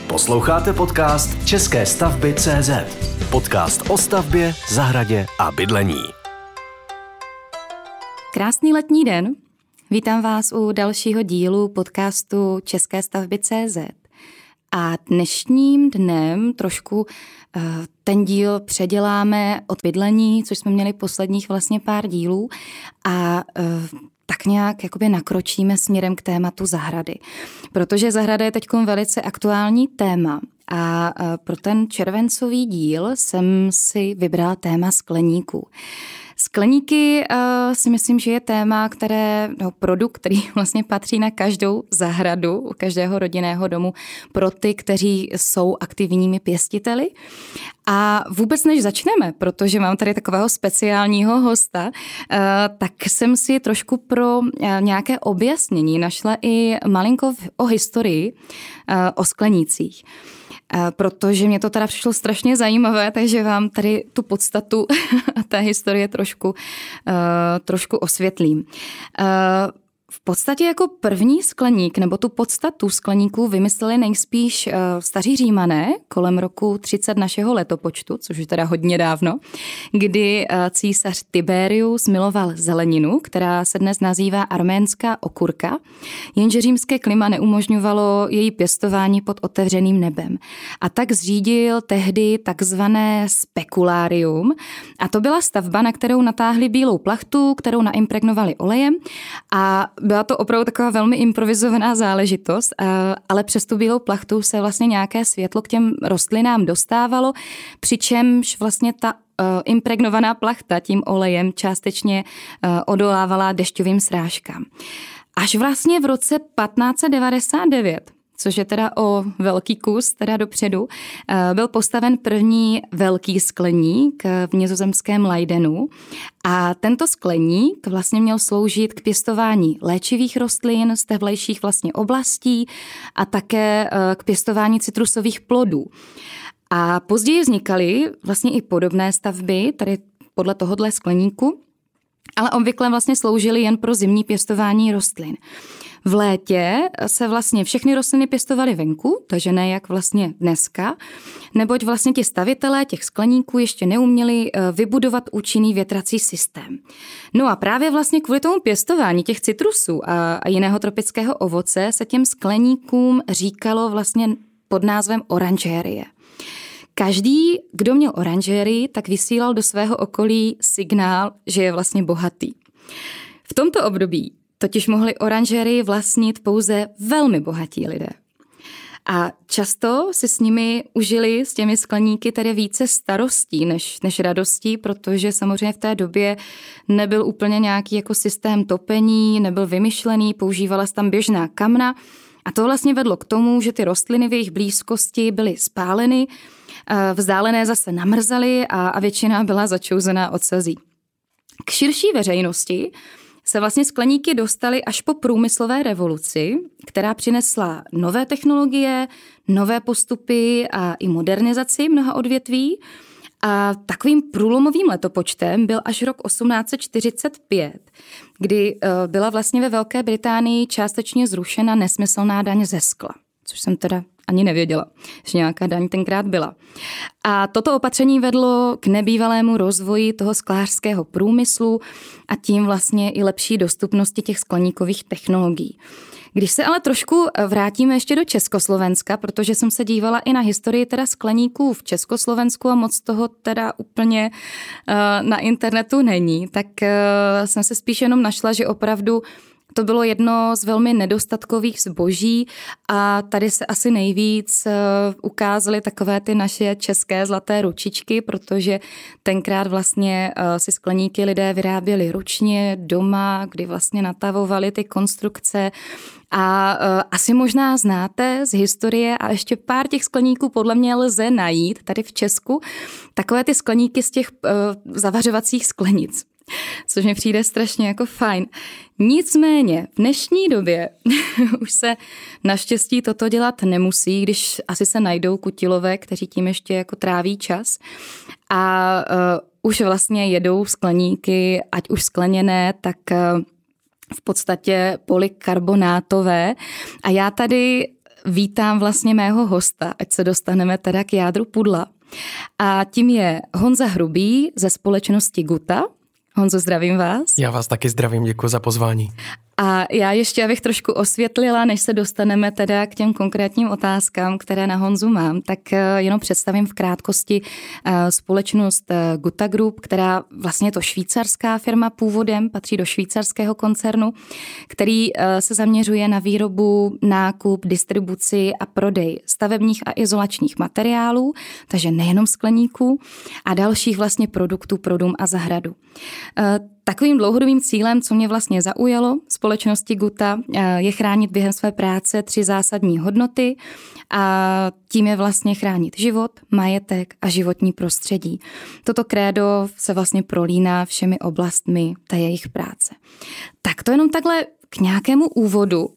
Posloucháte podcast České stavby.cz. Podcast o stavbě, zahradě a bydlení. Krásný letní den. Vítám vás u dalšího dílu podcastu České stavby.cz. A dnešním dnem trošku ten díl předěláme od bydlení, což jsme měli posledních vlastně pár dílů, a tak nějak jakoby nakročíme směrem k tématu zahrady. Protože zahrada je teď velice aktuální téma a pro ten červencový díl jsem si vybrala téma skleníků. Skleníky si myslím, že je téma, produkt, který vlastně patří na každou zahradu, u každého rodinného domu pro ty, kteří jsou aktivními pěstiteli. A vůbec než začneme, protože mám tady takového speciálního hosta, tak jsem si trošku pro nějaké objasnění našla i malinko o historii o sklenících. Protože mě to teda přišlo strašně zajímavé, takže vám tady tu podstatu té historie trošku osvětlím. V podstatě jako první skleník, nebo tu podstatu skleníků vymysleli nejspíš staří Římané kolem roku 30 našeho letopočtu, což je teda hodně dávno, kdy císař Tiberius miloval zeleninu, která se dnes nazývá arménská okurka, jenže římské klima neumožňovalo její pěstování pod otevřeným nebem. A tak zřídil tehdy takzvané spekulárium, a to byla stavba, na kterou natáhli bílou plachtu, kterou naimpregnovali olejem, a byla to opravdu taková velmi improvizovaná záležitost, ale přes tu bílou plachtu se vlastně nějaké světlo k těm rostlinám dostávalo, přičemž vlastně ta impregnovaná plachta tím olejem částečně odolávala dešťovým srážkám. Až vlastně v roce 1599, což je teda o velký kus teda dopředu, byl postaven první velký skleník v nizozemském Leidenu. A tento skleník vlastně měl sloužit k pěstování léčivých rostlin z tehlejších vlastně oblastí a také k pěstování citrusových plodů. A později vznikaly vlastně i podobné stavby, tady podle tohohle skleníku, ale obvykle vlastně sloužily jen pro zimní pěstování rostlin. V létě se vlastně všechny rostliny pěstovaly venku, takže ne jak vlastně dneska, neboť vlastně ti stavitelé těch skleníků ještě neuměli vybudovat účinný větrací systém. No a právě vlastně kvůli tomu pěstování těch citrusů a jiného tropického ovoce se těm skleníkům říkalo vlastně pod názvem oranžérie. Každý, kdo měl oranžérii, tak vysílal do svého okolí signál, že je vlastně bohatý. V tomto období totiž mohli oranžérii vlastnit pouze velmi bohatí lidé. A často si s nimi užili, s těmi skleníky, tedy více starostí než radostí, protože samozřejmě v té době nebyl úplně nějaký jako systém topení, nebyl vymyšlený, používala se tam běžná kamna. A to vlastně vedlo k tomu, že ty rostliny v jejich blízkosti byly spáleny, vzdálené zase namrzaly a většina byla začouzená od sazí. K širší veřejnosti se vlastně skleníky dostaly až po průmyslové revoluci, která přinesla nové technologie, nové postupy a i modernizaci mnoha odvětví. A takovým průlomovým letopočtem byl až rok 1845, kdy byla vlastně ve Velké Británii částečně zrušena nesmyslná daň ze skla, což jsem teda ani nevěděla, že nějaká daň tenkrát byla. A toto opatření vedlo k nebývalému rozvoji toho sklářského průmyslu a tím vlastně i lepší dostupnosti těch skleníkových technologií. Když se ale trošku vrátíme ještě do Československa, protože jsem se dívala i na historii teda skleníků v Československu a moc toho teda úplně na internetu není, tak jsem se spíš jenom našla, že opravdu to bylo jedno z velmi nedostatkových zboží a tady se asi nejvíc ukázaly takové ty naše české zlaté ručičky, protože tenkrát vlastně si skleníky lidé vyráběli ručně doma, kdy vlastně natavovali ty konstrukce. A asi možná znáte z historie a ještě pár těch skleníků podle mě lze najít tady v Česku, takové ty skleníky z těch zavařovacích sklenic, což mi přijde strašně jako fajn. Nicméně v dnešní době už se naštěstí toto dělat nemusí, když asi se najdou kutilové, kteří tím ještě jako tráví čas a už vlastně jedou skleníky, ať už skleněné, tak v podstatě polykarbonátové. A já tady vítám vlastně mého hosta, ať se dostaneme teda k jádru pudla. A tím je Honza Hrubý ze společnosti Guta. Honzo, zdravím vás. Já vás taky zdravím, děkuji za pozvání. A já ještě, abych trošku osvětlila, než se dostaneme teda k těm konkrétním otázkám, které na Honzu mám, tak jenom představím v krátkosti společnost Guta Group, která vlastně je to švýcarská firma původem, patří do švýcarského koncernu, který se zaměřuje na výrobu, nákup, distribuci a prodej stavebních a izolačních materiálů, takže nejenom skleníků a dalších vlastně produktů pro dům a zahradu. Takovým dlouhodobým cílem, co mě vlastně zaujalo společnosti Guta, je chránit během své práce 3 zásadní hodnoty a tím je vlastně chránit život, majetek a životní prostředí. Toto krédo se vlastně prolíná všemi oblastmi té jejich práce. Tak to jenom takhle k nějakému úvodu.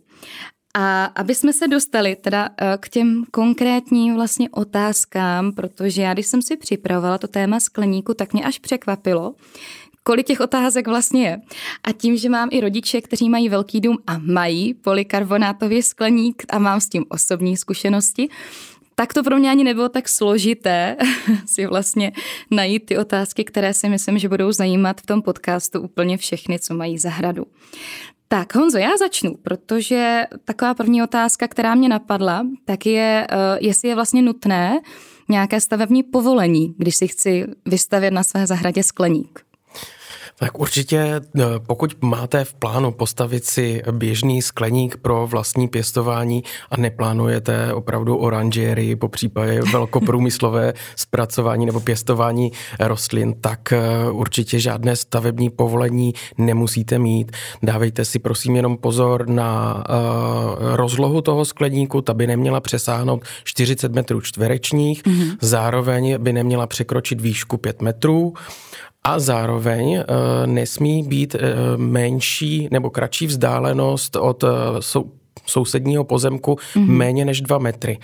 A aby jsme se dostali teda k těm konkrétním vlastně otázkám, protože já, když jsem si připravovala to téma skleníku, tak mě až překvapilo, kolik těch otázek vlastně je. A tím, že mám i rodiče, kteří mají velký dům a mají polykarbonátový skleník a mám s tím osobní zkušenosti, tak to pro mě ani nebylo tak složité si vlastně najít ty otázky, které si myslím, že budou zajímat v tom podcastu úplně všechny, co mají zahradu. Tak Honzo, já začnu, protože taková první otázka, která mě napadla, tak je, jestli je vlastně nutné nějaké stavební povolení, když si chci vystavět na své zahradě skleník. Tak určitě, pokud máte v plánu postavit si běžný skleník pro vlastní pěstování a neplánujete opravdu oranžérii, popřípadě velkoprůmyslové zpracování nebo pěstování rostlin, tak určitě žádné stavební povolení nemusíte mít. Dávejte si prosím jenom pozor na rozlohu toho skleníku, ta by neměla přesáhnout 40 metrů čtverečních, zároveň by neměla překročit výšku 5 metrů, a zároveň nesmí být menší nebo kratší vzdálenost od sousedního pozemku méně než 2 metry.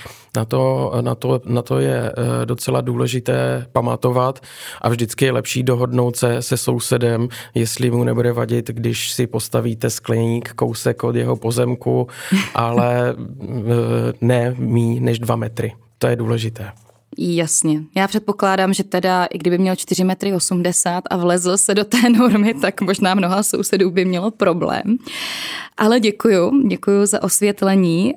Na to je docela důležité pamatovat a vždycky je lepší dohodnout se sousedem, jestli mu nebude vadit, když si postavíte skleník kousek od jeho pozemku, ale ne míň než 2 metry. To je důležité. Jasně. Já předpokládám, že teda, i kdyby měl 4,80 metry a vlezl se do té normy, tak možná mnoha sousedů by mělo problém. Ale děkuju za osvětlení.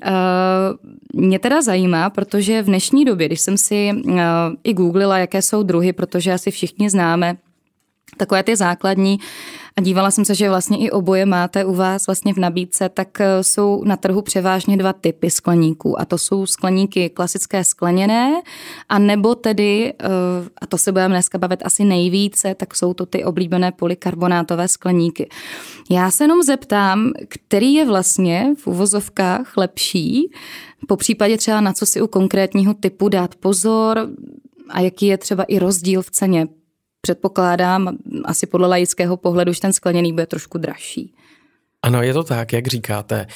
Mě teda zajímá, protože v dnešní době, když jsem si i googlila, jaké jsou druhy, protože asi všichni známe takové ty základní, a dívala jsem se, že vlastně i oboje máte u vás vlastně v nabídce, tak jsou na trhu převážně 2 typy skleníků. A to jsou skleníky klasické skleněné, a nebo tedy, a to se budeme dneska bavit asi nejvíce, tak jsou to ty oblíbené polykarbonátové skleníky. Já se jenom zeptám, který je vlastně v uvozovkách lepší, popřípadě třeba na co si u konkrétního typu dát pozor a jaký je třeba i rozdíl v ceně. Předpokládám, asi podle laického pohledu, že ten skleněný bude trošku dražší. Ano, je to tak, jak říkáte.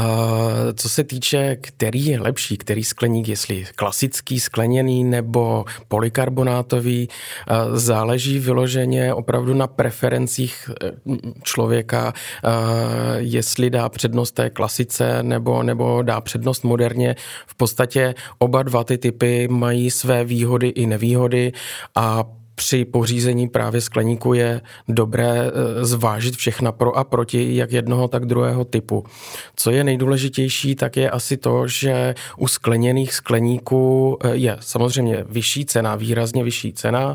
Co se týče, který je lepší, který skleník, jestli klasický skleněný nebo polykarbonátový, záleží vyloženě opravdu na preferencích člověka, jestli dá přednost té klasice nebo dá přednost moderně. V podstatě oba 2 ty typy mají své výhody i nevýhody a při pořízení právě skleníku je dobré zvážit všechna pro a proti, jak jednoho, tak druhého typu. Co je nejdůležitější, tak je asi to, že u skleněných skleníků je samozřejmě vyšší cena, výrazně vyšší cena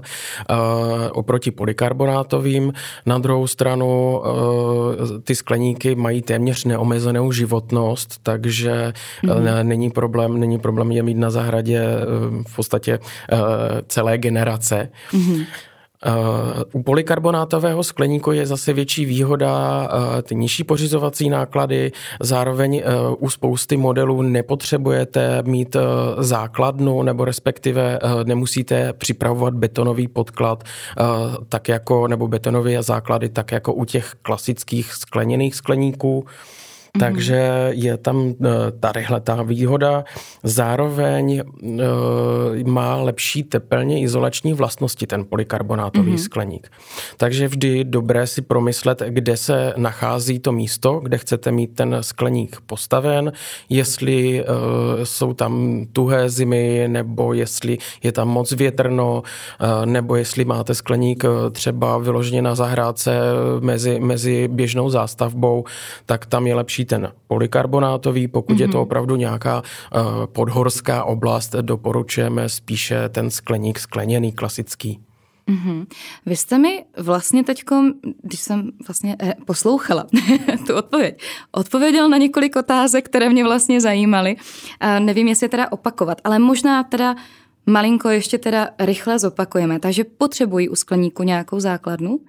oproti polykarbonátovým. Na druhou stranu ty skleníky mají téměř neomezenou životnost, takže není problém je mít na zahradě v podstatě celé generace. U polykarbonátového skleníku je zase větší výhoda ty nižší pořizovací náklady, zároveň u spousty modelů nepotřebujete mít základnu nebo respektive nemusíte připravovat betonový podklad tak jako, nebo betonové základy tak jako u těch klasických skleněných skleníků. Takže je tam ta výhoda, zároveň má lepší tepelně izolační vlastnosti ten polykarbonátový skleník. Takže vždy dobré si promyslet, kde se nachází to místo, kde chcete mít ten skleník postaven, jestli jsou tam tuhé zimy, nebo jestli je tam moc větrno, nebo jestli máte skleník třeba vyloženě na zahrádce mezi běžnou zástavbou, tak tam je lepší ten polykarbonátový. Pokud je to opravdu nějaká podhorská oblast, doporučujeme spíše ten skleník skleněný, klasický. Vy jste mi vlastně teďkom, když jsem vlastně poslouchala tu odpověděl na několik otázek, které mě vlastně zajímaly. Nevím, jestli teda opakovat, ale možná teda malinko ještě teda rychle zopakujeme. Takže potřebují u skleníku nějakou základnu?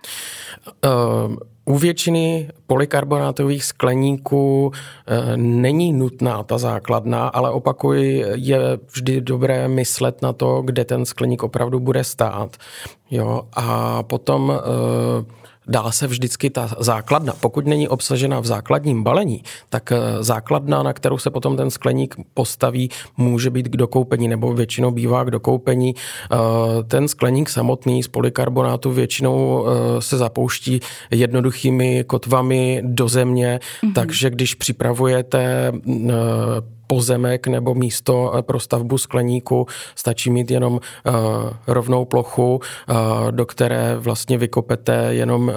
U většiny polykarbonátových skleníků není nutná ta základna, ale opakuji, je vždy dobré myslet na to, kde ten skleník opravdu bude stát. Jo? A potom dá se vždycky ta základna, pokud není obsažena v základním balení, tak základna, na kterou se potom ten skleník postaví, může být k dokoupení, nebo většinou bývá k dokoupení. Ten skleník samotný z polykarbonátu většinou se zapouští jednoduchými kotvami do země, takže když připravujete pozemek nebo místo pro stavbu skleníku, stačí mít jenom rovnou plochu, do které vlastně vykopete jenom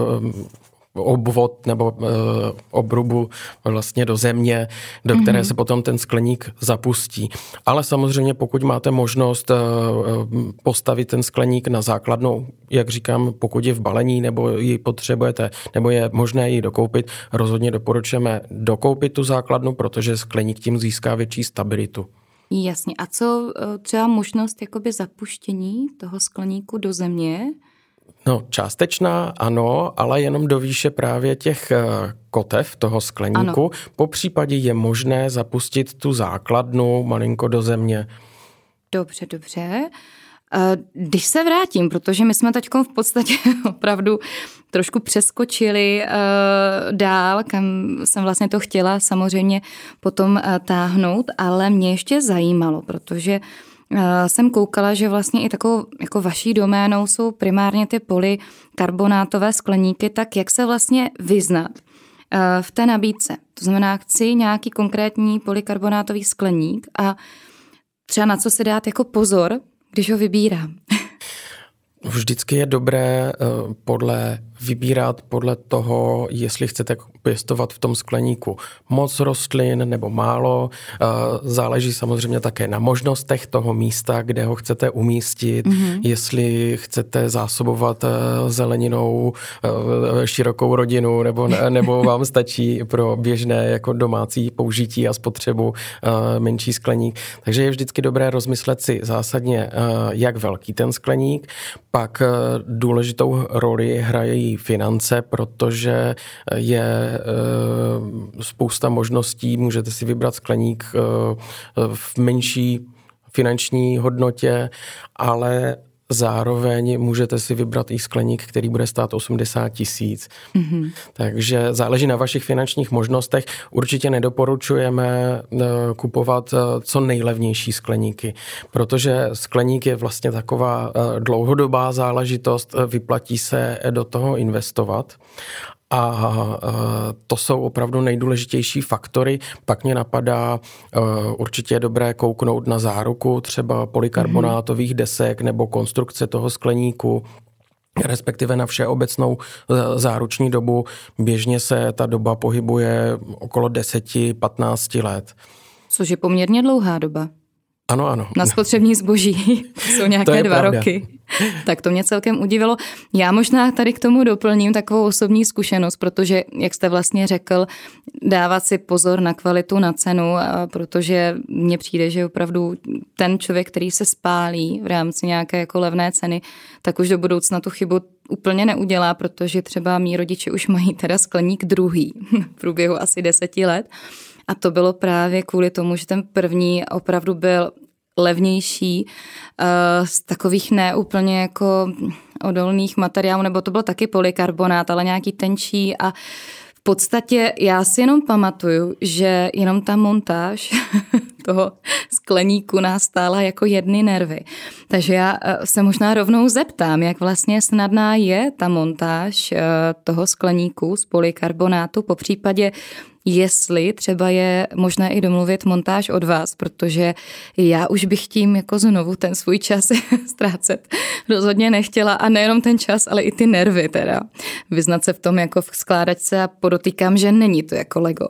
obvod nebo obrubu vlastně do země, do které se potom ten skleník zapustí. Ale samozřejmě pokud máte možnost postavit ten skleník na základnou, jak říkám, pokud je v balení nebo ji potřebujete, nebo je možné ji dokoupit, rozhodně doporučujeme dokoupit tu základnu, protože skleník tím získá větší stabilitu. Jasně. A co třeba možnost jakoby zapuštění toho skleníku do země? No, částečná, ano, ale jenom do výše právě těch kotev toho skleníku. Ano. Po případě je možné zapustit tu základnu malinko do země. Dobře. Když se vrátím, protože my jsme teďkom v podstatě opravdu trošku přeskočili dál, kam jsem vlastně to chtěla samozřejmě potom táhnout, ale mě ještě zajímalo, protože jsem koukala, že vlastně i takovou jako vaší doménou jsou primárně ty polykarbonátové skleníky, tak jak se vlastně vyznat v té nabídce. To znamená, chci nějaký konkrétní polykarbonátový skleník a třeba na co si dát jako pozor, když ho vybírám. Vždycky je dobré vybírat podle toho, jestli chcete pěstovat v tom skleníku moc rostlin nebo málo. Záleží samozřejmě také na možnostech toho místa, kde ho chcete umístit, jestli chcete zásobovat zeleninou širokou rodinu, nebo vám stačí pro běžné jako domácí použití a spotřebu menší skleník. Takže je vždycky dobré rozmyslet si zásadně, jak velký ten skleník. Pak důležitou roli hrají finance, protože je spousta možností, můžete si vybrat skleník v menší finanční hodnotě, ale zároveň můžete si vybrat i skleník, který bude stát 80 000. Takže záleží na vašich finančních možnostech. Určitě nedoporučujeme kupovat co nejlevnější skleníky, protože skleník je vlastně taková dlouhodobá záležitost, vyplatí se do toho investovat. A to jsou opravdu nejdůležitější faktory. Pak mě napadá, určitě je dobré kouknout na záruku třeba polykarbonátových desek nebo konstrukce toho skleníku, respektive na všeobecnou záruční dobu. Běžně se ta doba pohybuje okolo 10-15 let. Což je poměrně dlouhá doba. Ano. Na spotřební zboží jsou nějaké 2 roky. Tak to mě celkem udivilo. Já možná tady k tomu doplním takovou osobní zkušenost, protože, jak jste vlastně řekl, dávat si pozor na kvalitu, na cenu, protože mně přijde, že opravdu ten člověk, který se spálí v rámci nějaké jako levné ceny, tak už do budoucna tu chybu úplně neudělá, protože třeba mý rodiče už mají teda skleník druhý v průběhu asi 10 let. A to bylo právě kvůli tomu, že ten první opravdu byl levnější z takových neúplně jako odolných materiálů, nebo to byl taky polykarbonát, ale nějaký tenčí a v podstatě já si jenom pamatuju, že jenom ta montáž toho skleníku nás stála jako jedny nervy. Takže já se možná rovnou zeptám, jak vlastně snadná je ta montáž toho skleníku z polykarbonátu, popřípadě jestli třeba je možné i domluvit montáž od vás, protože já už bych tím jako znovu ten svůj čas ztrácet rozhodně nechtěla a nejenom ten čas, ale i ty nervy teda. Vyznat se v tom jako v skládačce a podotýkám, že není to jako Lego.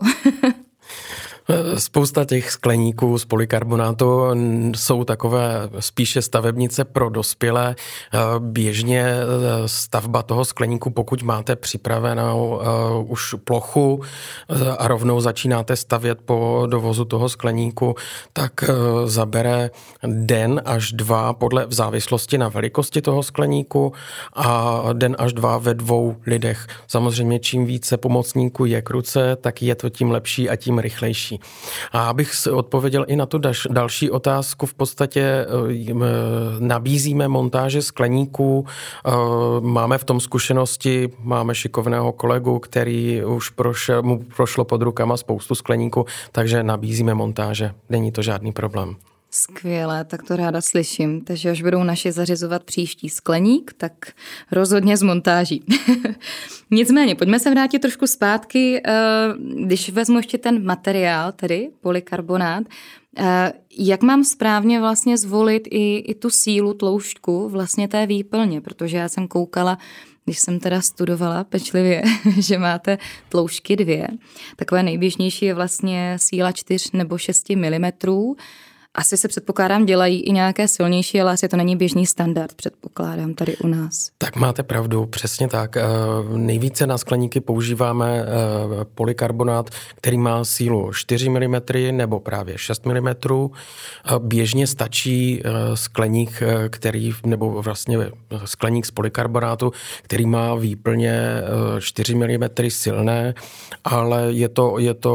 Spousta těch skleníků z polykarbonátu jsou takové spíše stavebnice pro dospělé. Běžně stavba toho skleníku, pokud máte připravenou už plochu a rovnou začínáte stavět po dovozu toho skleníku, tak zabere den až dva v závislosti na velikosti toho skleníku a den až dva ve 2 lidech. Samozřejmě čím více pomocníků je k ruce, tak je to tím lepší a tím rychlejší. A abych odpověděl i na tu další otázku, v podstatě nabízíme montáže skleníků, máme v tom zkušenosti, máme šikovného kolegu, který už prošlo pod rukama spoustu skleníků, takže nabízíme montáže, není to žádný problém. Skvělé, tak to ráda slyším. Takže až budou naši zařizovat příští skleník, tak rozhodně z montáží. Nicméně, pojďme se vrátit trošku zpátky, když vezmu ještě ten materiál, tedy polykarbonát, jak mám správně vlastně zvolit i tu sílu, tloušťku vlastně té výplně, protože já jsem koukala, když jsem teda studovala pečlivě, že máte tloušťky 2. Takové nejběžnější je vlastně síla 4 nebo 6 mm. Asi se předpokládám dělají i nějaké silnější, ale asi to není běžný standard, předpokládám tady u nás. Tak máte pravdu, přesně tak. Nejvíce na skleníky používáme polykarbonát, který má sílu 4 mm nebo právě 6 mm. Běžně stačí skleník, nebo vlastně skleník z polykarbonátu, který má výplně 4 mm silné, ale je to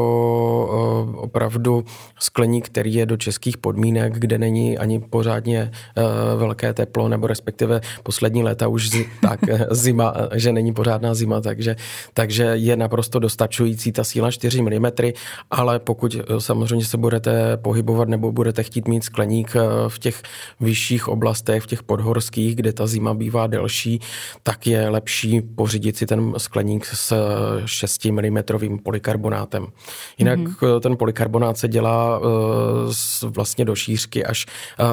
opravdu skleník, který je do českých podmínek, kde není ani pořádně velké teplo, nebo respektive poslední léta už zima, že není pořádná zima, takže je naprosto dostačující ta síla 4 mm, ale pokud samozřejmě se budete pohybovat nebo budete chtít mít skleník v těch vyšších oblastech, v těch podhorských, kde ta zima bývá delší, tak je lepší pořídit si ten skleník s 6 mm polykarbonátem. Jinak ten polykarbonát se dělá vlastně do šířky až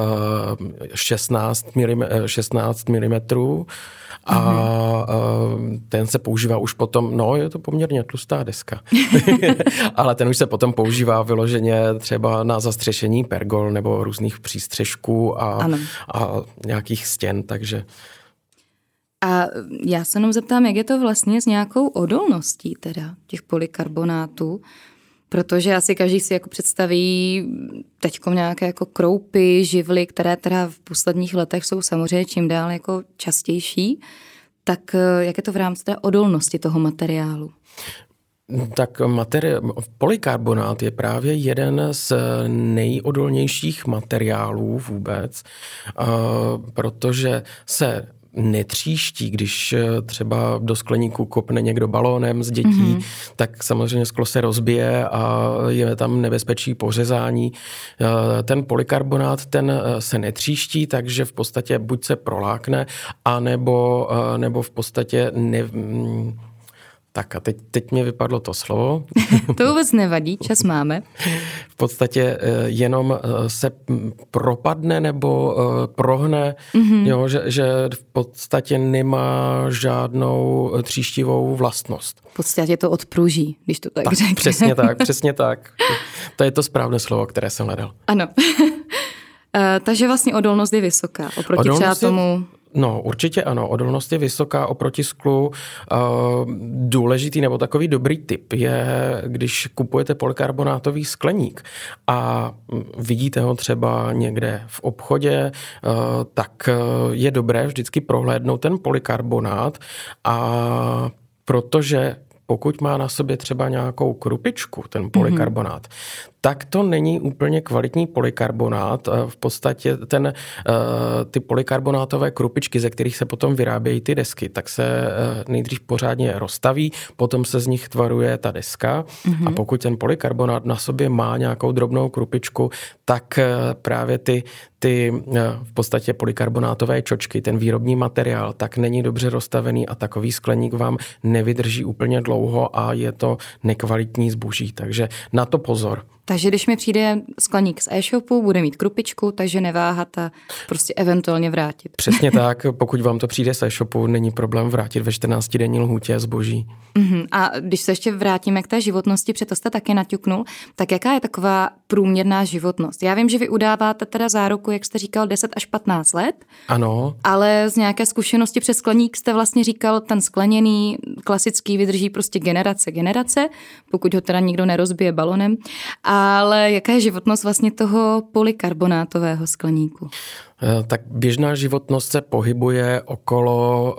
16 mm a ten se používá už potom, je to poměrně tlustá deska, ale ten už se potom používá vyloženě třeba na zastřešení pergol nebo různých přístřešků a nějakých stěn, takže... A já se jenom zeptám, jak je to vlastně s nějakou odolností teda těch polykarbonátů, protože asi každý si jako představí teďkom nějaké jako kroupy, živly, které teda v posledních letech jsou samozřejmě čím dál jako častější. Tak jak je to v rámci té odolnosti toho materiálu? Tak polykarbonát je právě jeden z nejodolnějších materiálů vůbec, protože se netříští, když třeba do skleníku kopne někdo balónem z dětí, tak samozřejmě sklo se rozbije a je tam nebezpečí pořezání. Ten polykarbonát, ten se netříští, takže v podstatě buď se prolákne, nebo v podstatě Tak a teď mě vypadlo to slovo. To vůbec nevadí, čas máme. V podstatě jenom se propadne nebo prohne, jo, že v podstatě nemá žádnou tříštivou vlastnost. V podstatě to odpruží, když to tak řekne. Přesně tak. To je to správné slovo, které jsem hledal. Ano. Takže vlastně odolnost je vysoká oproti třeba tomu... No, určitě ano. Odolnost je vysoká oproti sklu. Důležitý nebo takový dobrý tip je, když kupujete polykarbonátový skleník a vidíte ho třeba někde v obchodě, tak je dobré vždycky prohlédnout ten polykarbonát, a protože pokud má na sobě třeba nějakou krupičku, ten polykarbonát, tak to není úplně kvalitní polykarbonát. V podstatě ty polykarbonátové krupičky, ze kterých se potom vyrábějí ty desky, tak se nejdřív pořádně rozstaví, potom se z nich tvaruje ta deska a pokud ten polykarbonát na sobě má nějakou drobnou krupičku, tak právě ty v podstatě polykarbonátové čočky, ten výrobní materiál, tak není dobře rozstavený a takový skleník vám nevydrží úplně dlouho a je to nekvalitní zboží, takže na to pozor. Takže když mi přijde skleník z e-shopu, bude mít krupičku, takže neváhat a prostě eventuálně vrátit. Přesně tak, pokud vám to přijde z e-shopu, není problém vrátit ve 14-denní lhůtě zboží. A když se ještě vrátíme k té životnosti, protože to jste taky naťuknul, tak jaká je taková průměrná životnost? Já vím, že vy udáváte teda záruku, jak jste říkal, 10 až 15 let. Ano. Ale z nějaké zkušenosti přes skleník jste vlastně říkal, ten skleněný, klasický vydrží prostě generace, pokud ho teda nikdo nerozbije balonem. Ale jaká je životnost vlastně toho polykarbonátového skleníku? Tak běžná životnost se pohybuje okolo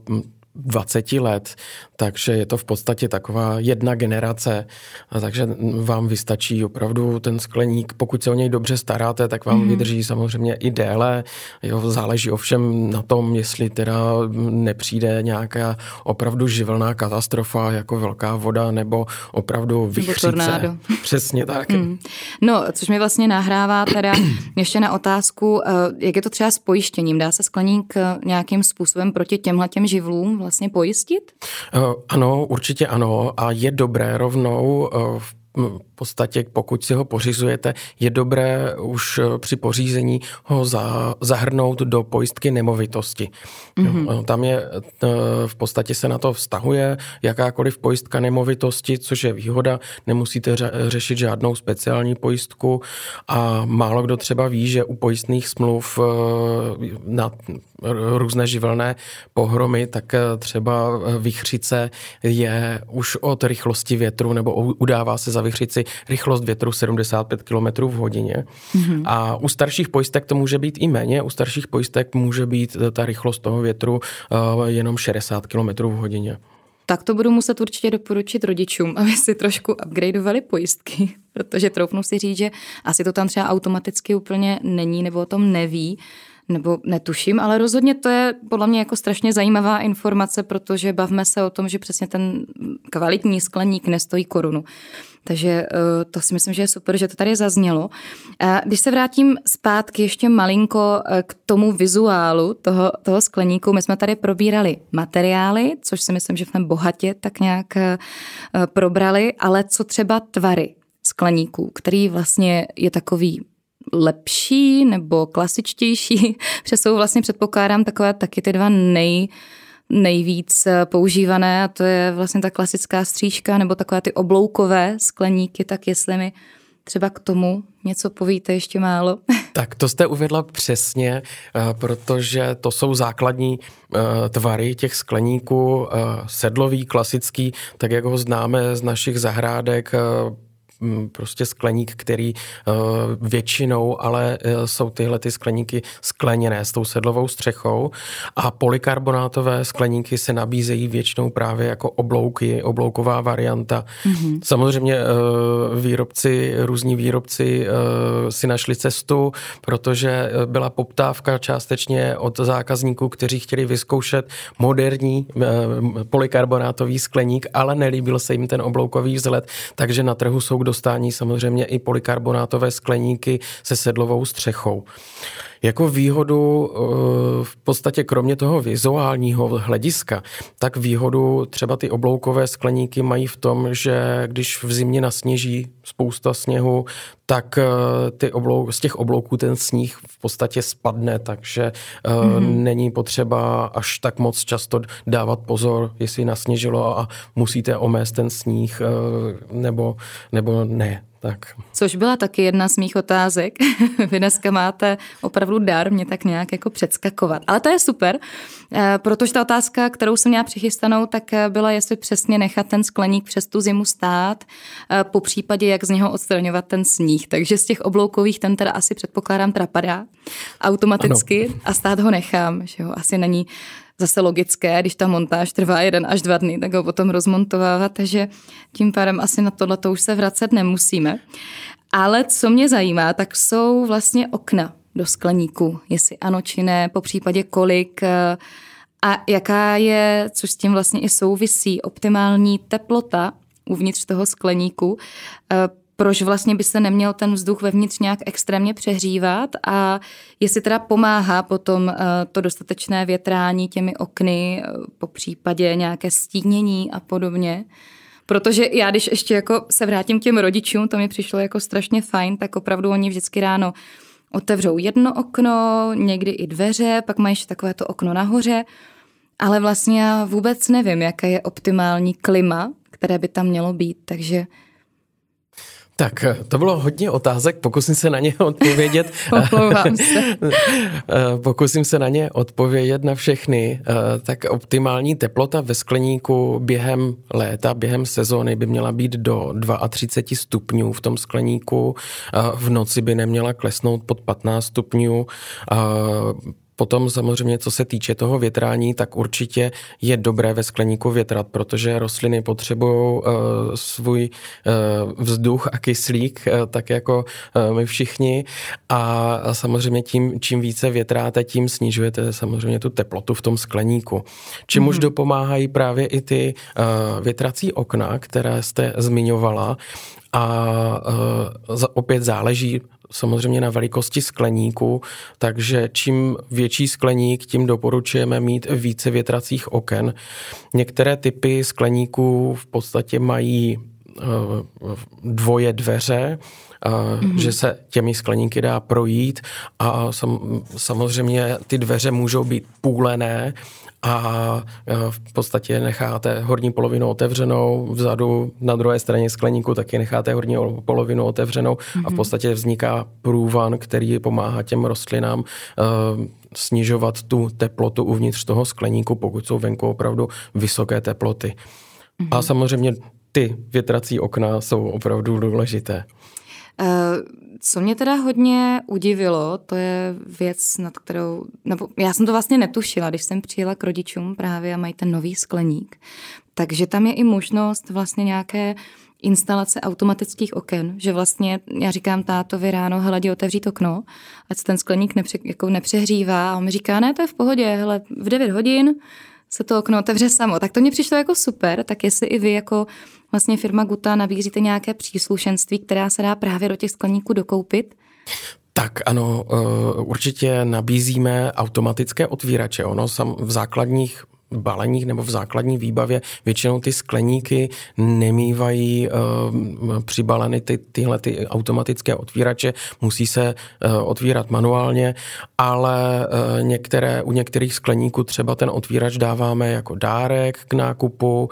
20 let, takže je to v podstatě taková jedna generace, takže vám vystačí opravdu ten skleník. Pokud se o něj dobře staráte, tak vám vydrží samozřejmě i déle. Záleží ovšem na tom, jestli teda nepřijde nějaká opravdu živelná katastrofa, jako velká voda nebo opravdu vichřice. Nebo tornádo. Přesně tak. No, což mi vlastně nahrává teda ještě na otázku, jak je to třeba s pojištěním. Dá se skleník nějakým způsobem proti těmhletěm živlům vlastně pojistit? Ano, určitě ano a je dobré rovnou v podstatě, pokud si ho pořizujete, je dobré už při pořízení ho zahrnout do pojistky nemovitosti. Tam je, v podstatě se na to vztahuje jakákoliv pojistka nemovitosti, což je výhoda, nemusíte řešit žádnou speciální pojistku a málo kdo třeba ví, že u pojistných smluv na různé živelné pohromy, tak třeba vichřice je už od rychlosti větru, nebo udává se za vichřici rychlost větru 75 km v hodině. A u starších pojistek to může být i méně, u starších pojistek může být ta rychlost toho větru jenom 60 km v hodině. Tak to budu muset určitě doporučit rodičům, aby si trošku upgradeovali pojistky, protože troufnu si říct, že asi to tam třeba automaticky úplně není, nebo o tom neví, nebo netuším, ale rozhodně to je podle mě jako strašně zajímavá informace, protože bavme se o tom, že přesně ten kvalitní skleník nestojí korunu. Takže to si myslím, že je super, že to tady zaznělo. Když se vrátím zpátky ještě malinko k tomu vizuálu toho skleníku, my jsme tady probírali materiály, což si myslím, že jsme bohatě tak nějak probrali, ale co třeba tvary skleníků, který vlastně je takový lepší nebo klasičtější, protože jsou vlastně předpokládám takové taky ty dva nejvíc používané a to je vlastně ta klasická střížka nebo takové ty obloukové skleníky, tak jestli mi třeba k tomu něco povíte ještě málo. Tak to jste uvedla přesně, protože to jsou základní tvary těch skleníků, sedlový, klasický, tak jak ho známe z našich zahrádek, prostě skleník, který většinou, ale jsou tyhle ty skleníky skleněné s tou sedlovou střechou a polykarbonátové skleníky se nabízejí většinou právě jako oblouková varianta. Samozřejmě různí výrobci si našli cestu, protože byla poptávka částečně od zákazníků, kteří chtěli vyzkoušet moderní polykarbonátový skleník, ale nelíbil se jim ten obloukový vzhled, takže na trhu jsou k dostání samozřejmě i polykarbonátové skleníky se sedlovou střechou. Jako výhodu v podstatě kromě toho vizuálního hlediska, tak výhodu třeba ty obloukové skleníky mají v tom, že když v zimě nasněží spousta sněhu, tak z těch oblouků ten sníh v podstatě spadne, takže není potřeba až tak moc často dávat pozor, jestli nasněžilo a musíte omést ten sníh nebo ne. Tak. Což byla taky jedna z mých otázek. Vy dneska máte opravdu dar mě tak nějak jako předskakovat. Ale to je super, protože ta otázka, kterou jsem měla přichystanou, tak byla, jestli přesně nechat ten skleník přes tu zimu stát, po případě, jak z něho odstraňovat ten sníh. Takže z těch obloukových ten teda asi předpokládám padá automaticky a stát ho nechám, že ho asi není zase logické, když ta montáž trvá 1 až 2 dny, tak ho potom rozmontovávat, takže tím pádem asi na tohleto už se vracet nemusíme. Ale co mě zajímá, tak jsou vlastně okna do skleníku, jestli ano či ne, po případě kolik a jaká je, což s tím vlastně i souvisí, optimální teplota uvnitř toho skleníku, proč vlastně by se neměl ten vzduch vevnitř nějak extrémně přehřívat a jestli teda pomáhá potom to dostatečné větrání těmi okny, po případě nějaké stínění a podobně. Protože já, když ještě jako se vrátím k těm rodičům, to mi přišlo jako strašně fajn, tak opravdu oni vždycky ráno otevřou jedno okno, někdy i dveře, pak mají ještě takové to okno nahoře, ale vlastně já vůbec nevím, jaké je optimální klima, které by tam mělo být, takže... Tak, to bylo hodně otázek, pokusím se na ně odpovědět. Pokusím se na ně odpovědět na všechny. Tak optimální teplota ve skleníku během léta, během sezóny by měla být do 32 stupňů v tom skleníku. V noci by neměla klesnout pod 15 stupňů. Potom samozřejmě, co se týče toho větrání, tak určitě je dobré ve skleníku větrat, protože rostliny potřebují svůj vzduch a kyslík, tak jako my všichni. A samozřejmě čím více větráte, tím snižujete samozřejmě tu teplotu v tom skleníku. Čemuž dopomáhají právě i ty větrací okna, které jste zmiňovala. A opět záleží samozřejmě na velikosti skleníku, takže čím větší skleník, tím doporučujeme mít více větracích oken. Některé typy skleníků v podstatě mají dvoje dveře, že se těmi skleníky dá projít a samozřejmě ty dveře můžou být půlené a v podstatě necháte horní polovinu otevřenou, vzadu na druhé straně skleníku taky necháte horní polovinu otevřenou a v podstatě vzniká průvan, který pomáhá těm rostlinám snižovat tu teplotu uvnitř toho skleníku, pokud jsou venku opravdu vysoké teploty. A samozřejmě ty větrací okna jsou opravdu důležité. Co mě teda hodně udivilo, to je věc, nad kterou, nebo já jsem to vlastně netušila, když jsem přijela k rodičům právě a mají ten nový skleník, takže tam je i možnost vlastně nějaké instalace automatických oken, že vlastně já říkám tátovi ráno, hele, jdi otevřít okno, ať se ten skleník nepřehřívá a on mi říká, ne, to je v pohodě, hele, v 9 hodin se to okno otevře samo. Tak to mě přišlo jako super, tak jestli i vy jako vlastně firma Guta nabízíte nějaké příslušenství, která se dá právě do těch skleníků dokoupit? Tak ano, určitě nabízíme automatické otvírače. Ono v základních baleních nebo v základní výbavě většinou ty skleníky nemývají přibaleny tyhle automatické otvírače, musí se otvírat manuálně, ale u některých skleníků třeba ten otvírač dáváme jako dárek k nákupu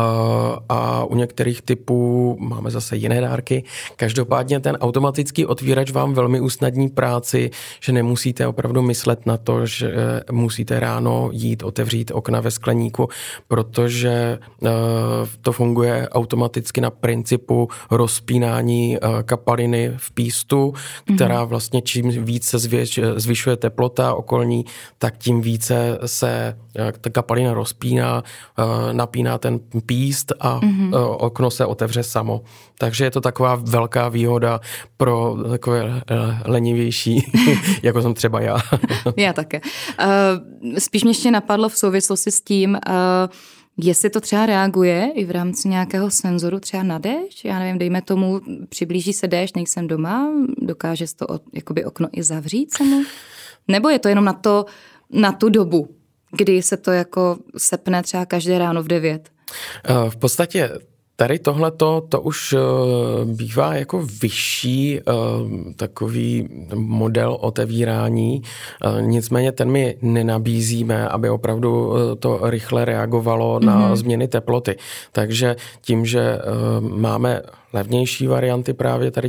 a u některých typů máme zase jiné dárky. Každopádně ten automatický otvírač vám velmi usnadní práci, že nemusíte opravdu myslet na to, že musíte ráno jít otevřít okna ve skleníku, protože to funguje automaticky na principu rozpínání kapaliny v pístu, která vlastně čím více zvyšuje teplota okolní, tak tím více se ta kapalina rozpíná, napíná ten píst a okno se otevře samo. Takže je to taková velká výhoda pro takové lenivější, jako jsem třeba já. Já také. Spíš mě ještě napadlo v souvislosti s tím, jestli to třeba reaguje i v rámci nějakého senzoru třeba na déšť, já nevím, dejme tomu, přiblíží se déšť, nejsem doma, dokáže to jakoby okno i zavřít samo? Nebo je to jenom na tu dobu, kdy se to jako sepne třeba každé ráno v 9? V podstatě tady tohleto, to už bývá jako vyšší takový model otevírání, nicméně ten my nenabízíme, aby opravdu to rychle reagovalo na změny teploty. Takže tím, že máme levnější varianty právě tady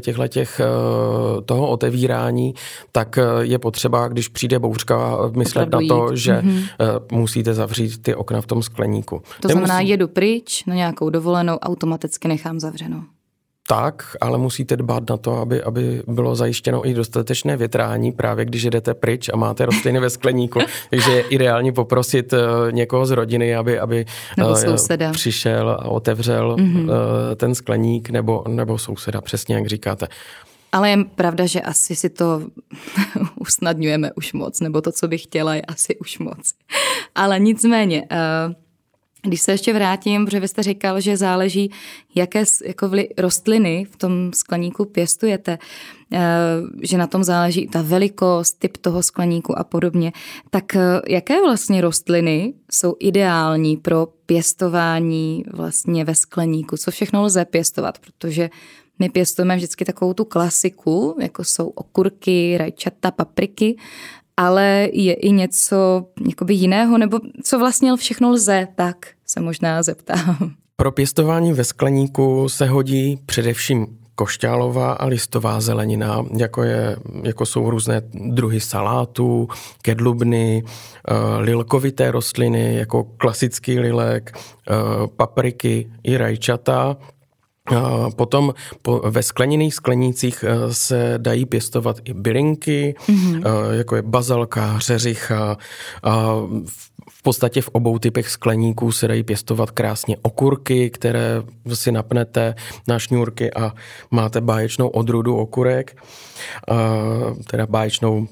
toho otevírání, tak je potřeba, když přijde bouřka, myslet na to, že musíte zavřít ty okna v tom skleníku. To znamená, jedu pryč na nějakou dovolenou, automaticky nechám zavřenou. tak, ale musíte dbát na to, aby bylo zajištěno i dostatečné větrání, právě když jdete pryč a máte rostliny ve skleníku. Takže je ideální poprosit někoho z rodiny, aby přišel a otevřel ten skleník, nebo souseda, přesně jak říkáte. Ale je pravda, že asi si to usnadňujeme už moc, nebo to, co bych chtěla, je asi už moc. Ale nicméně, když se ještě vrátím, protože vy jste říkal, že záleží, jaké rostliny v tom skleníku pěstujete, že na tom záleží ta velikost, typ toho skleníku a podobně. Tak jaké vlastně rostliny jsou ideální pro pěstování vlastně ve skleníku? Co všechno lze pěstovat? Protože my pěstujeme vždycky takovou tu klasiku, jako jsou okurky, rajčata, papriky, ale je i něco jakoby jiného, nebo co vlastně všechno lze, tak se možná zeptám. Pro pěstování ve skleníku se hodí především košťálová a listová zelenina, jako jsou různé druhy salátů, kedlubny, lilkovité rostliny, jako klasický lilek, papriky i rajčata. Potom ve skleněných sklenících se dají pěstovat i bylinky, jako je bazalka, řeřicha. V podstatě v obou typech skleníků se dají pěstovat krásně okurky, které si napnete na šňůrky a máte báječnou odrůdu okurek, teda báječnou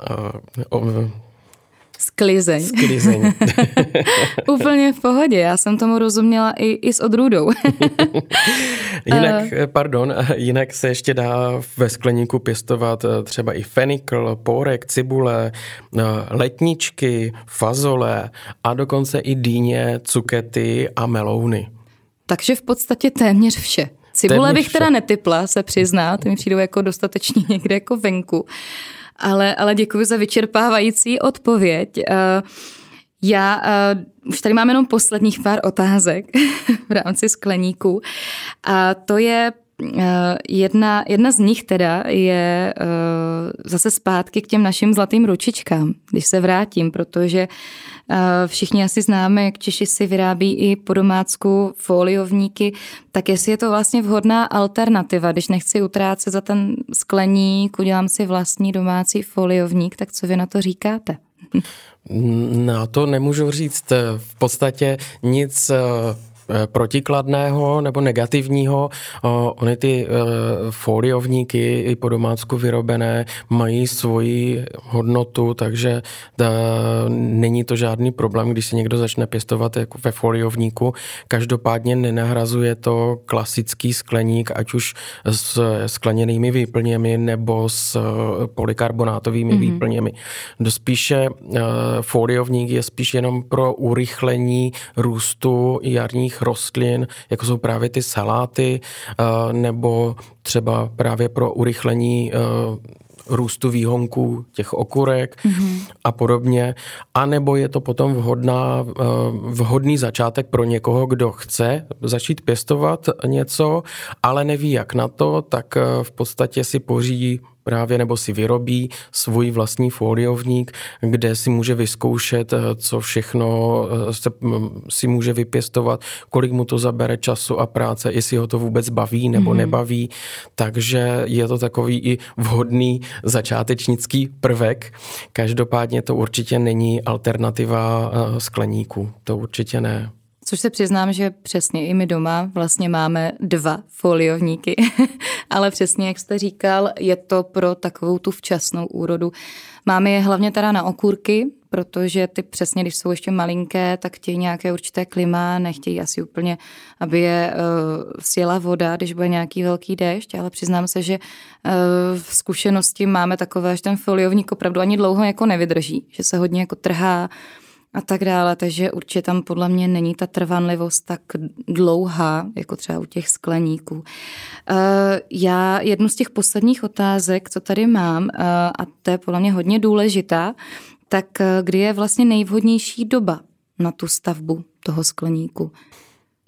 Sklizeň. Úplně v pohodě, já jsem tomu rozuměla i s odrůdou. Jinak se ještě dá ve skleníku pěstovat třeba i fenikl, pórek, cibule, letničky, fazole a dokonce i dýně, cukety a melouny. Takže v podstatě téměř vše. Cibule bych teda netypla, se přiznat, mi přijdou jako dostatečně někde jako venku. Ale děkuji za vyčerpávající odpověď. Už tady mám jenom posledních pár otázek v rámci skleníku. A to je jedna z nich teda je zase zpátky k těm našim zlatým ručičkám, když se vrátím, protože všichni asi známe, jak Češi si vyrábí i po domácku foliovníky, tak jestli je to vlastně vhodná alternativa, když nechci utrácet za ten skleník, udělám si vlastní domácí foliovník, tak co vy na to říkáte? Na to nemůžu říct v podstatě nic protikladného nebo negativního. Ony ty foliovníky i po domácku vyrobené mají svoji hodnotu, takže není to žádný problém, když se někdo začne pěstovat jako ve foliovníku. Každopádně nenahrazuje to klasický skleník, ať už s skleněnými výplněmi nebo s polykarbonátovými výplněmi. Spíše foliovník je spíš jenom pro urychlení růstu jarních rostlin, jako jsou právě ty saláty, nebo třeba právě pro urychlení růstu výhonků těch okurek a podobně. A nebo je to potom vhodný začátek pro někoho, kdo chce začít pěstovat něco, ale neví jak na to, tak v podstatě si pořídí právě nebo si vyrobí svůj vlastní foliovník, kde si může vyzkoušet, co všechno si může vypěstovat, kolik mu to zabere času a práce, jestli ho to vůbec baví nebo nebaví. Takže je to takový i vhodný začátečnický prvek. Každopádně to určitě není alternativa skleníku. To určitě ne. Což se přiznám, že přesně i my doma vlastně máme 2 foliovníky, ale přesně jak jste říkal, je to pro takovou tu včasnou úrodu. Máme je hlavně teda na okurky, protože ty přesně, když jsou ještě malinké, tak chtějí nějaké určité klima, nechtějí asi úplně, aby je sjela voda, když bude nějaký velký déšť, ale přiznám se, že v zkušenosti máme takové, že ten foliovník opravdu ani dlouho jako nevydrží, že se hodně jako trhá a tak dále, takže určitě tam podle mě není ta trvanlivost tak dlouhá, jako třeba u těch skleníků. Já jednu z těch posledních otázek, co tady mám, a to je podle mě hodně důležitá, tak kdy je vlastně nejvhodnější doba na tu stavbu toho skleníku?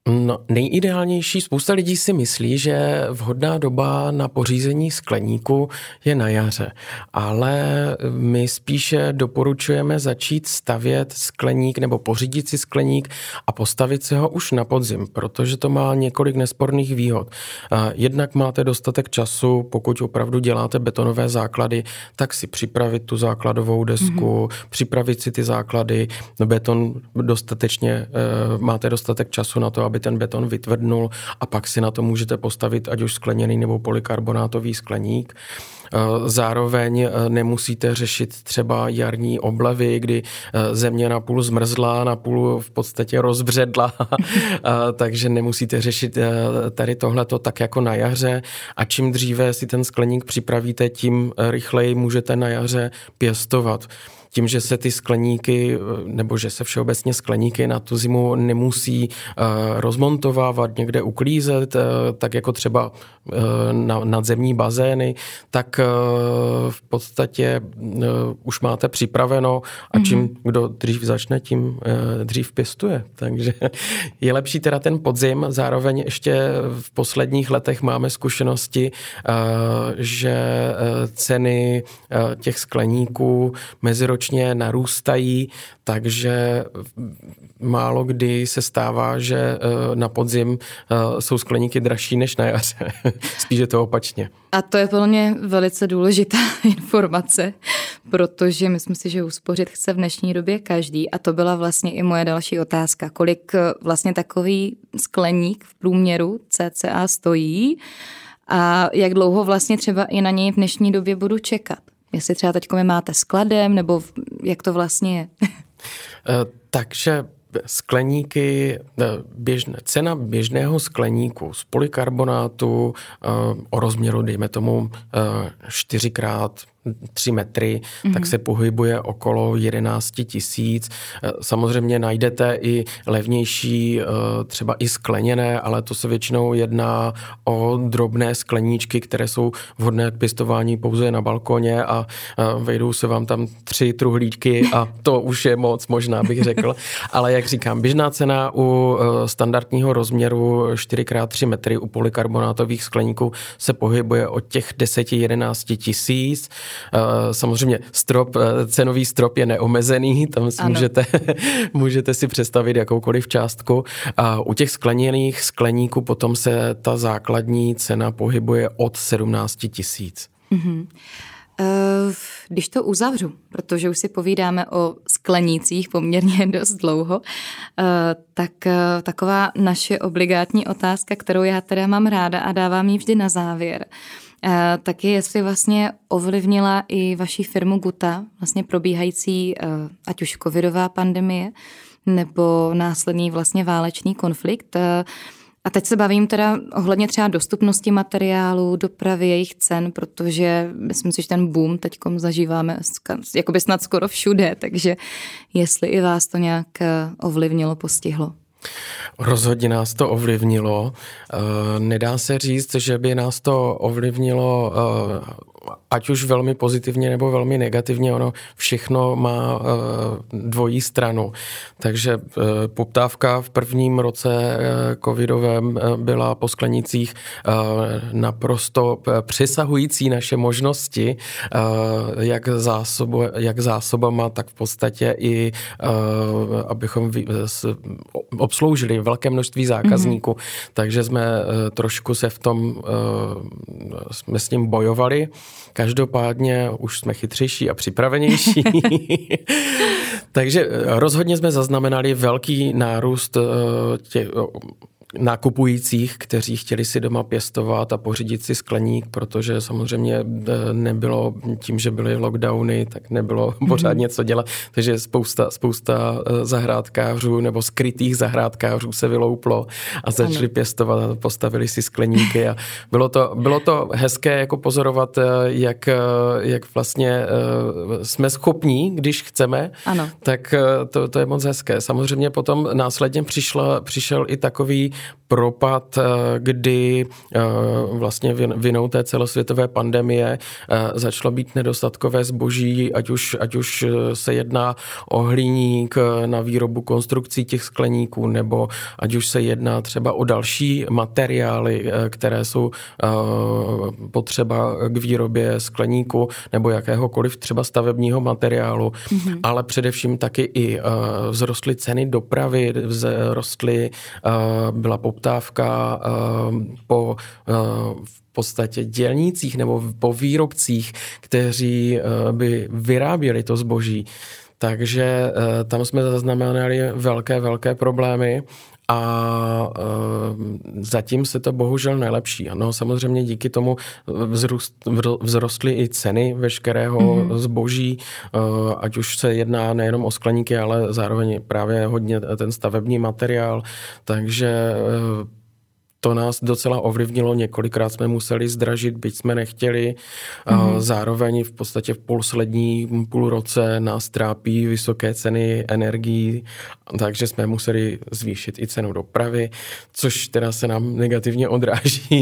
No, nejideálnější, spousta lidí si myslí, že vhodná doba na pořízení skleníku je na jaře, ale my spíše doporučujeme začít stavět skleník nebo pořídit si skleník a postavit si ho už na podzim, protože to má několik nesporných výhod. Jednak máte dostatek času, pokud opravdu děláte betonové základy, tak si připravit tu základovou desku, připravit si ty základy, beton dostatečně, máte dostatek času na to, aby ten beton vytvrdnul a pak si na to můžete postavit ať už skleněný nebo polykarbonátový skleník. Zároveň nemusíte řešit třeba jarní oblevy, kdy země napůl zmrzla, napůl v podstatě rozbředla, takže nemusíte řešit tady tohleto tak jako na jaře a čím dříve si ten skleník připravíte, tím rychleji můžete na jaře pěstovat. Tím, že se ty skleníky, nebo že se všeobecně skleníky na tu zimu nemusí rozmontovávat, někde uklízet, tak jako třeba nadzemní bazény, tak v podstatě už máte připraveno a čím kdo dřív začne, tím dřív pěstuje. Takže je lepší teda ten podzim, zároveň ještě v posledních letech máme zkušenosti, že ceny těch skleníků meziročně narůstají, takže málo kdy se stává, že na podzim jsou skleníky dražší než na jaře. Spíš je to opačně. A to je pro mě velice důležitá informace, protože myslím si, že uspořit chce v dnešní době každý a to byla vlastně i moje další otázka. Kolik vlastně takový skleník v průměru cca stojí a jak dlouho vlastně třeba i na něj v dnešní době budu čekat? Jestli třeba teď máte skladem, nebo jak to vlastně je? Takže skleníky, cena běžného skleníku z polykarbonátu o rozměru, dejme tomu 4x3 metry, tak se pohybuje okolo 11 000. Samozřejmě najdete i levnější, třeba i skleněné, ale to se většinou jedná o drobné skleníčky, které jsou vhodné k pěstování pouze na balkoně a vejdou se vám tam 3 truhlíčky a to už je moc, možná bych řekl. Ale jak říkám, běžná cena u standardního rozměru 4x3 metry u polykarbonátových skleníků se pohybuje od těch 10-11 000. Samozřejmě cenový strop je neomezený, tam si můžete si představit jakoukoliv částku. A u těch skleněných skleníků potom se ta základní cena pohybuje od 17 000. Mm-hmm. Když to uzavřu, protože už si povídáme o sklenících poměrně dost dlouho, tak taková naše obligátní otázka, kterou já teda mám ráda a dávám ji vždy na závěr, tak je, jestli vlastně ovlivnila i vaši firmu Guta, vlastně probíhající ať už covidová pandemie, nebo následný vlastně válečný konflikt. A teď se bavím teda ohledně třeba dostupnosti materiálů, dopravy, jejich cen, protože myslím si, že ten boom teďkom zažíváme jakoby snad skoro všude, takže jestli i vás to nějak ovlivnilo, postihlo. Rozhodně nás to ovlivnilo. Nedá se říct, že by nás to ovlivnilo ať už velmi pozitivně nebo velmi negativně. Ono všechno má dvojí stranu. Takže poptávka v prvním roce covidovém byla po sklenících naprosto přesahující naše možnosti, jak zásobama, tak v podstatě i abychom obsloužili velké množství zákazníků. Takže jsme trošku se v tom, jsme s ním bojovali. Každopádně už jsme chytřejší a připravenější. Takže rozhodně jsme zaznamenali velký nárůst nákupujících, kteří chtěli si doma pěstovat a pořídit si skleník, protože samozřejmě nebylo tím, že byly lockdowny, tak nebylo pořádně co dělat. Takže spousta zahrádkářů nebo skrytých zahrádkářů se vylouplo a začali pěstovat a postavili si skleníky. A bylo to hezké jako pozorovat, jak vlastně jsme schopní, když chceme, ano. Tak to je moc hezké. Samozřejmě potom následně přišel i takový propad, kdy vlastně vinou té celosvětové pandemie začalo být nedostatkové zboží, ať už se jedná o hliník na výrobu konstrukcí těch skleníků, nebo ať už se jedná třeba o další materiály, které jsou potřeba k výrobě skleníku nebo jakéhokoliv třeba stavebního materiálu, ale především taky i vzrostly ceny dopravy, byla poptávka po v podstatě dělnících nebo po výrobcích, kteří by vyráběli to zboží. Takže tam jsme zaznamenali velké problémy a zatím se to bohužel nelepší. No, samozřejmě díky tomu vzrostly i ceny veškerého zboží, ať už se jedná nejenom o skleníky, ale zároveň právě hodně ten stavební materiál, takže to nás docela ovlivnilo, několikrát jsme museli zdražit, byť jsme nechtěli. Zároveň v podstatě v poslední půlroce nás trápí vysoké ceny energií, takže jsme museli zvýšit i cenu dopravy, což teda se nám negativně odráží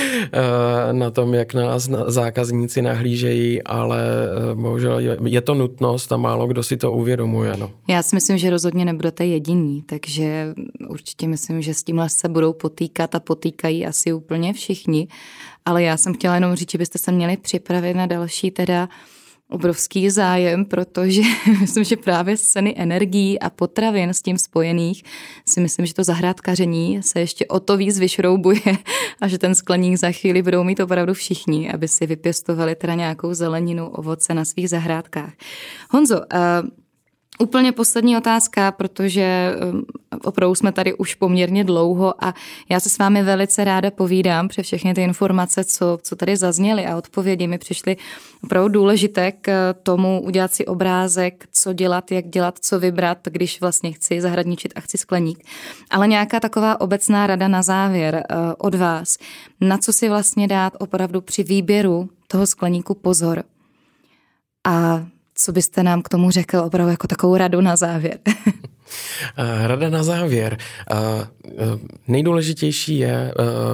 na tom, jak na nás zákazníci nahlížejí, ale bohužel je to nutnost a málo kdo si to uvědomuje. No. Já si myslím, že rozhodně nebudete jediní, takže určitě myslím, že s tímhle se budou potýkat a potýkají asi úplně všichni, ale já jsem chtěla jenom říct, že byste se měli připravit na další teda obrovský zájem, protože myslím, že právě z ceny energií a potravin s tím spojených si myslím, že to zahrádkaření se ještě o to víc vyšroubuje a že ten skleník za chvíli budou mít opravdu všichni, aby si vypěstovali teda nějakou zeleninu, ovoce na svých zahrádkách. Honzo, úplně poslední otázka, protože opravdu jsme tady už poměrně dlouho a já se s vámi velice ráda povídám, protože všechny ty informace, co tady zazněly a odpovědi mi přišly opravdu důležité k tomu udělat si obrázek, co dělat, jak dělat, co vybrat, když vlastně chci zahradničit a chci skleník. Ale nějaká taková obecná rada na závěr od vás, na co si vlastně dát opravdu při výběru toho skleníku pozor. A co byste nám k tomu řekl opravdu jako takovou radu na závěr? Rada na závěr. Nejdůležitější je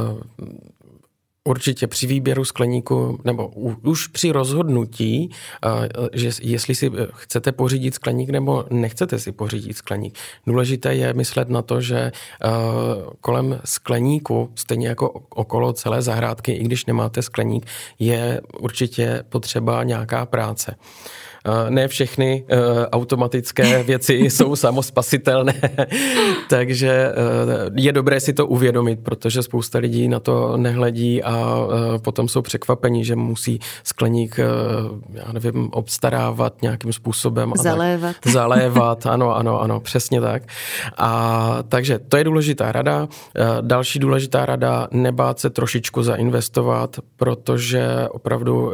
určitě při výběru skleníku, nebo už při rozhodnutí, že jestli si chcete pořídit skleník nebo nechcete si pořídit skleník. Důležité je myslet na to, že kolem skleníku, stejně jako okolo celé zahrádky, i když nemáte skleník, je určitě potřeba nějaká práce. Ne všechny automatické věci jsou samospasitelné, takže je dobré si to uvědomit, protože spousta lidí na to nehledí a potom jsou překvapení, že musí skleník, já nevím, obstarávat nějakým způsobem. Zalévat, ano, přesně tak. A takže to je důležitá rada. Další důležitá rada, nebát se trošičku zainvestovat, protože opravdu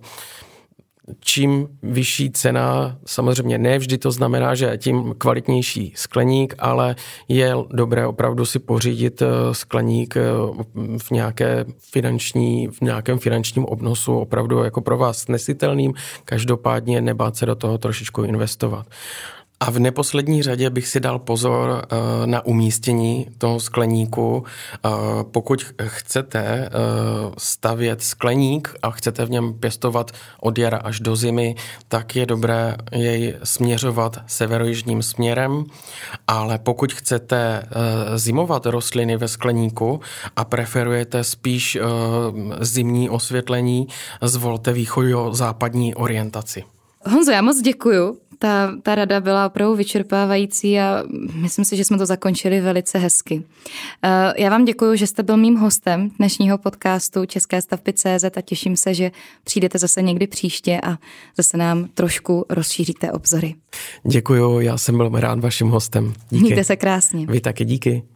čím vyšší cena, samozřejmě ne vždy to znamená, že tím kvalitnější skleník, ale je dobré opravdu si pořídit skleník v nějakém finančním obnosu, opravdu jako pro vás nesitelným, každopádně nebát se do toho trošičku investovat. A v neposlední řadě bych si dal pozor na umístění toho skleníku. Pokud chcete stavět skleník a chcete v něm pěstovat od jara až do zimy, tak je dobré jej směřovat severojižním směrem, ale pokud chcete zimovat rostliny ve skleníku a preferujete spíš zimní osvětlení, zvolte východozápadní orientaci. Honzo, já moc děkuju. Ta rada byla opravdu vyčerpávající a myslím si, že jsme to zakončili velice hezky. Já vám děkuju, že jste byl mým hostem dnešního podcastu České stavby.cz a těším se, že přijdete zase někdy příště a zase nám trošku rozšíříte obzory. Děkuju, já jsem byl rád vaším hostem. Díky. Mějte se krásně. Vy taky díky.